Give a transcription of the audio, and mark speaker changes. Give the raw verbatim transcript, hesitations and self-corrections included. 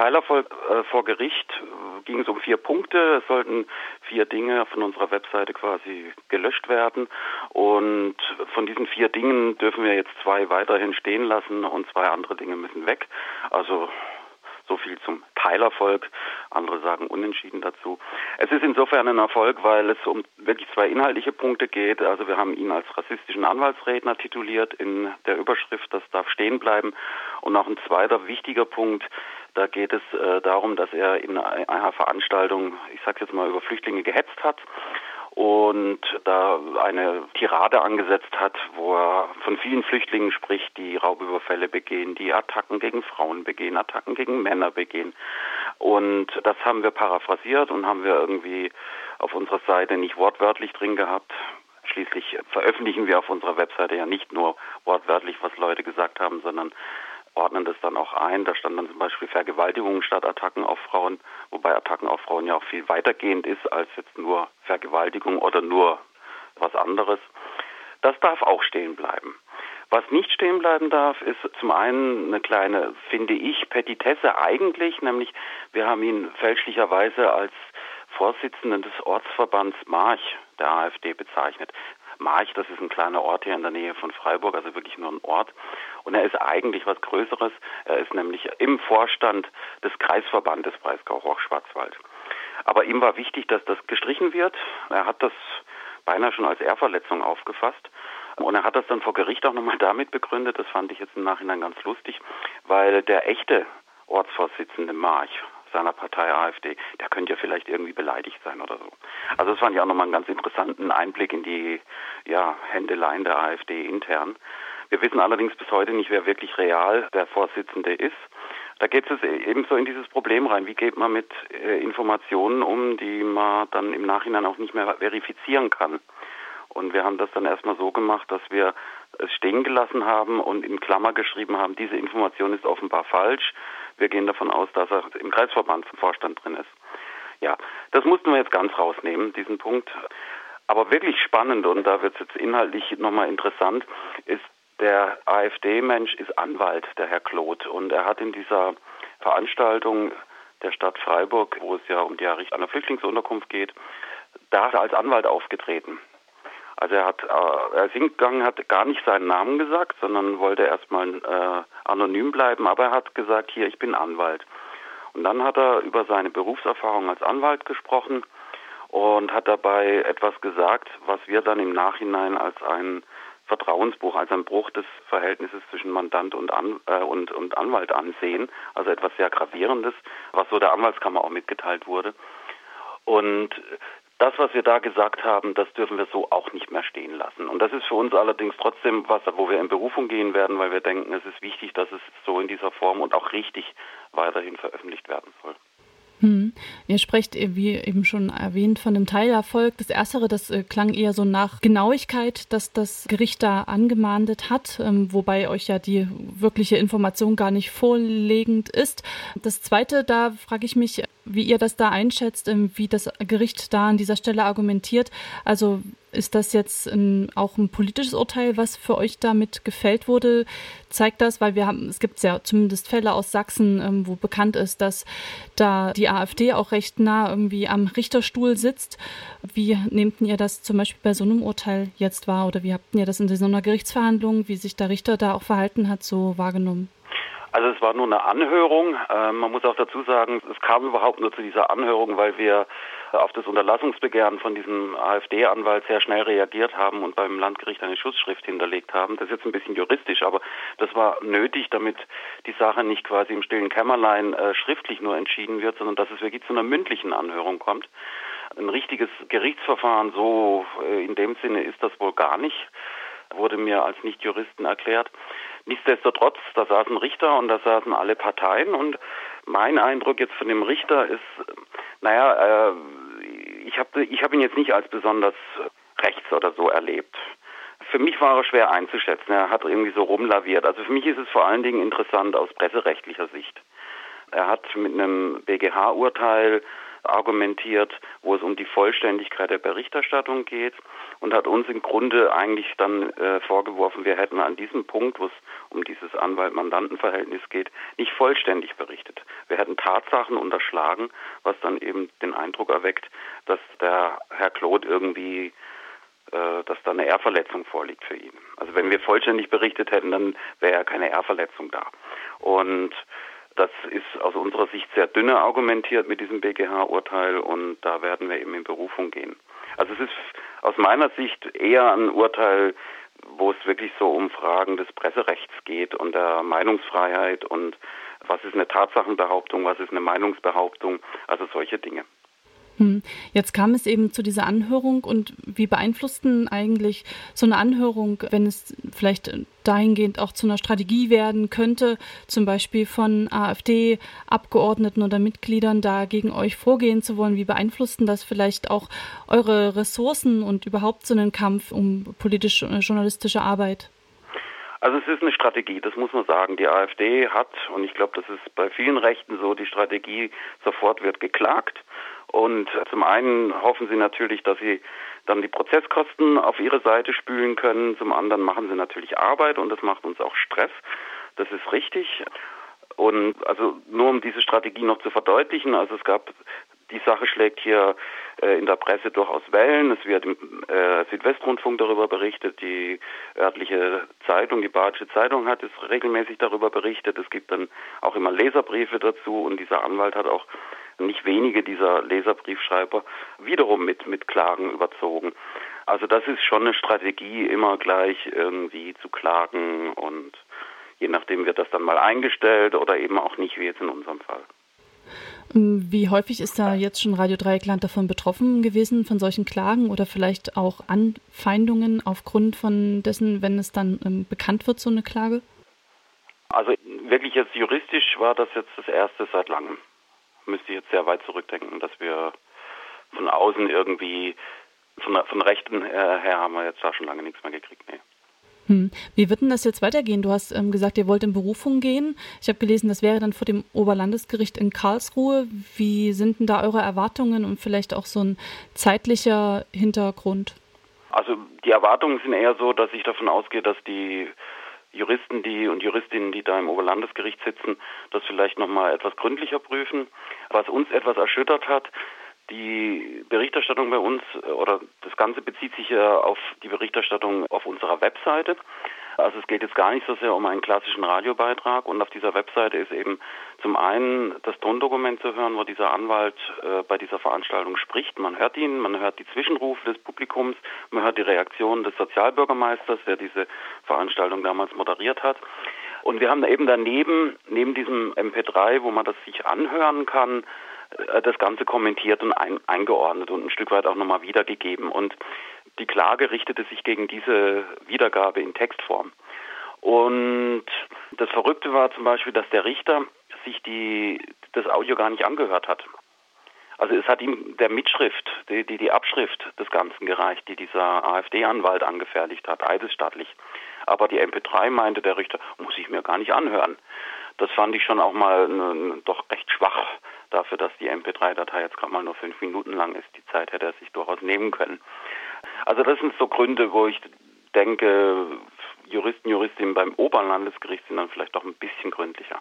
Speaker 1: Teilerfolg äh, vor Gericht äh, ging es um vier Punkte. Es sollten vier Dinge von unserer Webseite quasi gelöscht werden. Und von diesen vier Dingen dürfen wir jetzt zwei weiterhin stehen lassen und zwei andere Dinge müssen weg. Also so viel zum Teilerfolg. Andere sagen unentschieden dazu. Es ist insofern ein Erfolg, weil es um wirklich zwei inhaltliche Punkte geht. Also wir haben ihn als rassistischen Anwaltsredner tituliert in der Überschrift, das darf stehen bleiben. Und noch ein zweiter wichtiger Punkt, da geht es äh, darum, dass er in einer Veranstaltung, ich sage jetzt mal, über Flüchtlinge gehetzt hat und da eine Tirade angesetzt hat, wo er von vielen Flüchtlingen spricht, die Raubüberfälle begehen, die Attacken gegen Frauen begehen, Attacken gegen Männer begehen. Und das haben wir paraphrasiert und haben wir irgendwie auf unserer Seite nicht wortwörtlich drin gehabt. Schließlich veröffentlichen wir auf unserer Webseite ja nicht nur wortwörtlich, was Leute gesagt haben, sondern ordnen das dann auch ein. Da stand dann zum Beispiel Vergewaltigung statt Attacken auf Frauen, wobei Attacken auf Frauen ja auch viel weitergehend ist als jetzt nur Vergewaltigung oder nur was anderes. Das darf auch stehen bleiben. Was nicht stehen bleiben darf, ist zum einen eine kleine, finde ich, Petitesse eigentlich, nämlich wir haben ihn fälschlicherweise als Vorsitzenden des Ortsverbands March der AfD bezeichnet. March, das ist ein kleiner Ort hier in der Nähe von Freiburg, also wirklich nur ein Ort. Und er ist eigentlich was Größeres. Er ist nämlich im Vorstand des Kreisverbandes Breisgau-Hochschwarzwald. Aber ihm war wichtig, dass das gestrichen wird. Er hat das beinahe schon als Ehrverletzung aufgefasst. Und er hat das dann vor Gericht auch nochmal damit begründet, das fand ich jetzt im Nachhinein ganz lustig, weil der echte Ortsvorsitzende March seiner Partei AfD, der könnte ja vielleicht irgendwie beleidigt sein oder so. Also das fand ich auch nochmal einen ganz interessanten Einblick in die ja, Händeleien der AfD intern. Wir wissen allerdings bis heute nicht, wer wirklich real der Vorsitzende ist. Da geht es eben so in dieses Problem rein. Wie geht man mit äh, Informationen um, die man dann im Nachhinein auch nicht mehr verifizieren kann? Und wir haben das dann erstmal so gemacht, dass wir es stehen gelassen haben und in Klammer geschrieben haben, diese Information ist offenbar falsch. Wir gehen davon aus, dass er im Kreisverband vom Vorstand drin ist. Ja, das mussten wir jetzt ganz rausnehmen, diesen Punkt. Aber wirklich spannend, und da wird es jetzt inhaltlich nochmal interessant, ist, der AfD-Mensch ist Anwalt, der Herr Kloth. Und er hat in dieser Veranstaltung der Stadt Freiburg, wo es ja um die Errichtung einer Flüchtlingsunterkunft geht, da ist er als Anwalt aufgetreten. Also er hat, äh, er ist hingegangen, hat gar nicht seinen Namen gesagt, sondern wollte erstmal äh, anonym bleiben, aber er hat gesagt, hier, ich bin Anwalt. Und dann hat er über seine Berufserfahrung als Anwalt gesprochen und hat dabei etwas gesagt, was wir dann im Nachhinein als ein Vertrauensbruch, als ein Bruch des Verhältnisses zwischen Mandant und, An, äh, und, und Anwalt ansehen, also etwas sehr Gravierendes, was so der Anwaltskammer auch mitgeteilt wurde. Und das, was wir da gesagt haben, das dürfen wir so auch nicht mehr stehen lassen. Und das ist für uns allerdings trotzdem was, wo wir in Berufung gehen werden, weil wir denken, es ist wichtig, dass es so in dieser Form und auch richtig weiterhin veröffentlicht werden soll.
Speaker 2: Hm. Ihr sprecht, wie eben schon erwähnt, von einem Teilerfolg. Das Erstere, das äh, klang eher so nach Genauigkeit, dass das Gericht da angemahnt hat, ähm, wobei euch ja die wirkliche Information gar nicht vorliegend ist. Das Zweite, da frage ich mich, wie ihr das da einschätzt, ähm, wie das Gericht da an dieser Stelle argumentiert. Also ist das jetzt ein, auch ein politisches Urteil, was für euch damit gefällt wurde? Zeigt das, weil wir haben, es gibt ja zumindest Fälle aus Sachsen, ähm, wo bekannt ist, dass da die AfD auch recht nah irgendwie am Richterstuhl sitzt. Wie nehmt ihr das zum Beispiel bei so einem Urteil jetzt wahr? Oder wie habt ihr das in so einer Gerichtsverhandlung, wie sich der Richter da auch verhalten hat, so wahrgenommen?
Speaker 1: Also es war nur eine Anhörung. Ähm, man muss auch dazu sagen, es kam überhaupt nur zu dieser Anhörung, weil wir auf das Unterlassungsbegehren von diesem AfD-Anwalt sehr schnell reagiert haben und beim Landgericht eine Schutzschrift hinterlegt haben. Das ist jetzt ein bisschen juristisch, aber das war nötig, damit die Sache nicht quasi im stillen Kämmerlein äh, schriftlich nur entschieden wird, sondern dass es wirklich zu einer mündlichen Anhörung kommt. Ein richtiges Gerichtsverfahren, so äh, in dem Sinne ist das wohl gar nicht, wurde mir als Nichtjuristen erklärt. Nichtsdestotrotz, da saßen Richter und da saßen alle Parteien und mein Eindruck jetzt von dem Richter ist, naja, äh, ich habe ich hab ihn jetzt nicht als besonders rechts oder so erlebt. Für mich war er schwer einzuschätzen, er hat irgendwie so rumlaviert. Also für mich ist es vor allen Dingen interessant aus presserechtlicher Sicht. Er hat mit einem B G H-Urteil argumentiert, wo es um die Vollständigkeit der Berichterstattung geht und hat uns im Grunde eigentlich dann äh, vorgeworfen, wir hätten an diesem Punkt, wo es um dieses Anwalt-Mandanten-Verhältnis geht, nicht vollständig berichtet. Wir hätten Tatsachen unterschlagen, was dann eben den Eindruck erweckt, dass der Herr Kloth irgendwie, äh, dass da eine Ehrverletzung vorliegt für ihn. Also wenn wir vollständig berichtet hätten, dann wäre ja keine Ehrverletzung da. Und das ist aus unserer Sicht sehr dünne argumentiert mit diesem B G H-Urteil und da werden wir eben in Berufung gehen. Also es ist aus meiner Sicht eher ein Urteil, wo es wirklich so um Fragen des Presserechts geht und der Meinungsfreiheit und was ist eine Tatsachenbehauptung, was ist eine Meinungsbehauptung, also solche Dinge.
Speaker 2: Jetzt kam es eben zu dieser Anhörung und wie beeinflussten eigentlich so eine Anhörung, wenn es vielleicht dahingehend auch zu einer Strategie werden könnte, zum Beispiel von AfD-Abgeordneten oder Mitgliedern da gegen euch vorgehen zu wollen, wie beeinflussten das vielleicht auch eure Ressourcen und überhaupt so einen Kampf um politisch-journalistische Arbeit?
Speaker 1: Also es ist eine Strategie, das muss man sagen. Die AfD hat, und ich glaube, das ist bei vielen Rechten so, die Strategie, sofort wird geklagt. Und zum einen hoffen sie natürlich, dass sie dann die Prozesskosten auf ihre Seite spülen können. Zum anderen machen sie natürlich Arbeit und das macht uns auch Stress. Das ist richtig. Und also nur um diese Strategie noch zu verdeutlichen, also es gab, die Sache schlägt hier äh, in der Presse durchaus Wellen. Es wird im äh, Südwestrundfunk darüber berichtet, die örtliche Zeitung, die Badische Zeitung hat es regelmäßig darüber berichtet. Es gibt dann auch immer Leserbriefe dazu und dieser Anwalt hat auch nicht wenige dieser Leserbriefschreiber wiederum mit, mit Klagen überzogen. Also das ist schon eine Strategie, immer gleich irgendwie zu klagen und je nachdem wird das dann mal eingestellt oder eben auch nicht, wie jetzt in unserem Fall.
Speaker 2: Wie häufig ist da jetzt schon Radio Dreieckland davon betroffen gewesen, von solchen Klagen oder vielleicht auch Anfeindungen aufgrund von dessen, wenn es dann ähm, bekannt wird, so eine Klage? Also wirklich jetzt juristisch war das jetzt das erste seit langem. Müsste ich jetzt sehr weit zurückdenken, dass wir von außen irgendwie, von, von Rechten her haben wir jetzt da schon lange nichts mehr gekriegt. Nee. Hm. Wie wird denn das jetzt weitergehen? Du hast ähm, gesagt, ihr wollt in Berufung gehen. Ich habe gelesen, das wäre dann vor dem Oberlandesgericht in Karlsruhe. Wie sind denn da eure Erwartungen und vielleicht auch so ein zeitlicher Hintergrund? Also die Erwartungen sind eher so, dass ich davon ausgehe, dass die Juristen die und Juristinnen, die da im Oberlandesgericht sitzen, das vielleicht nochmal etwas gründlicher prüfen. Was uns etwas erschüttert hat, die Berichterstattung bei uns, oder das Ganze bezieht sich ja auf die Berichterstattung auf unserer Webseite. Also es geht jetzt gar nicht so sehr um einen klassischen Radiobeitrag und auf dieser Webseite ist eben zum einen das Tondokument zu hören, wo dieser Anwalt äh, bei dieser Veranstaltung spricht. Man hört ihn, man hört die Zwischenrufe des Publikums, man hört die Reaktion des Sozialbürgermeisters, der diese Veranstaltung damals moderiert hat. Und wir haben eben daneben, neben diesem M P drei, wo man das sich anhören kann, das Ganze kommentiert und ein, eingeordnet und ein Stück weit auch nochmal wiedergegeben. Und die Klage richtete sich gegen diese Wiedergabe in Textform. Und das Verrückte war zum Beispiel, dass der Richter sich die, das Audio gar nicht angehört hat. Also es hat ihm der Mitschrift, die, die, die Abschrift des Ganzen gereicht, die dieser AfD-Anwalt angefertigt hat, eidesstattlich. Aber die M P drei, meinte der Richter, muss ich mir gar nicht anhören. Das fand ich schon auch mal ne, doch recht schwach dafür, dass die M P drei Datei jetzt gerade mal nur fünf Minuten lang ist. Die Zeit hätte er sich durchaus nehmen können. Also das sind so Gründe, wo ich denke, Juristen, Juristinnen beim Oberlandesgericht sind dann vielleicht doch ein bisschen gründlicher.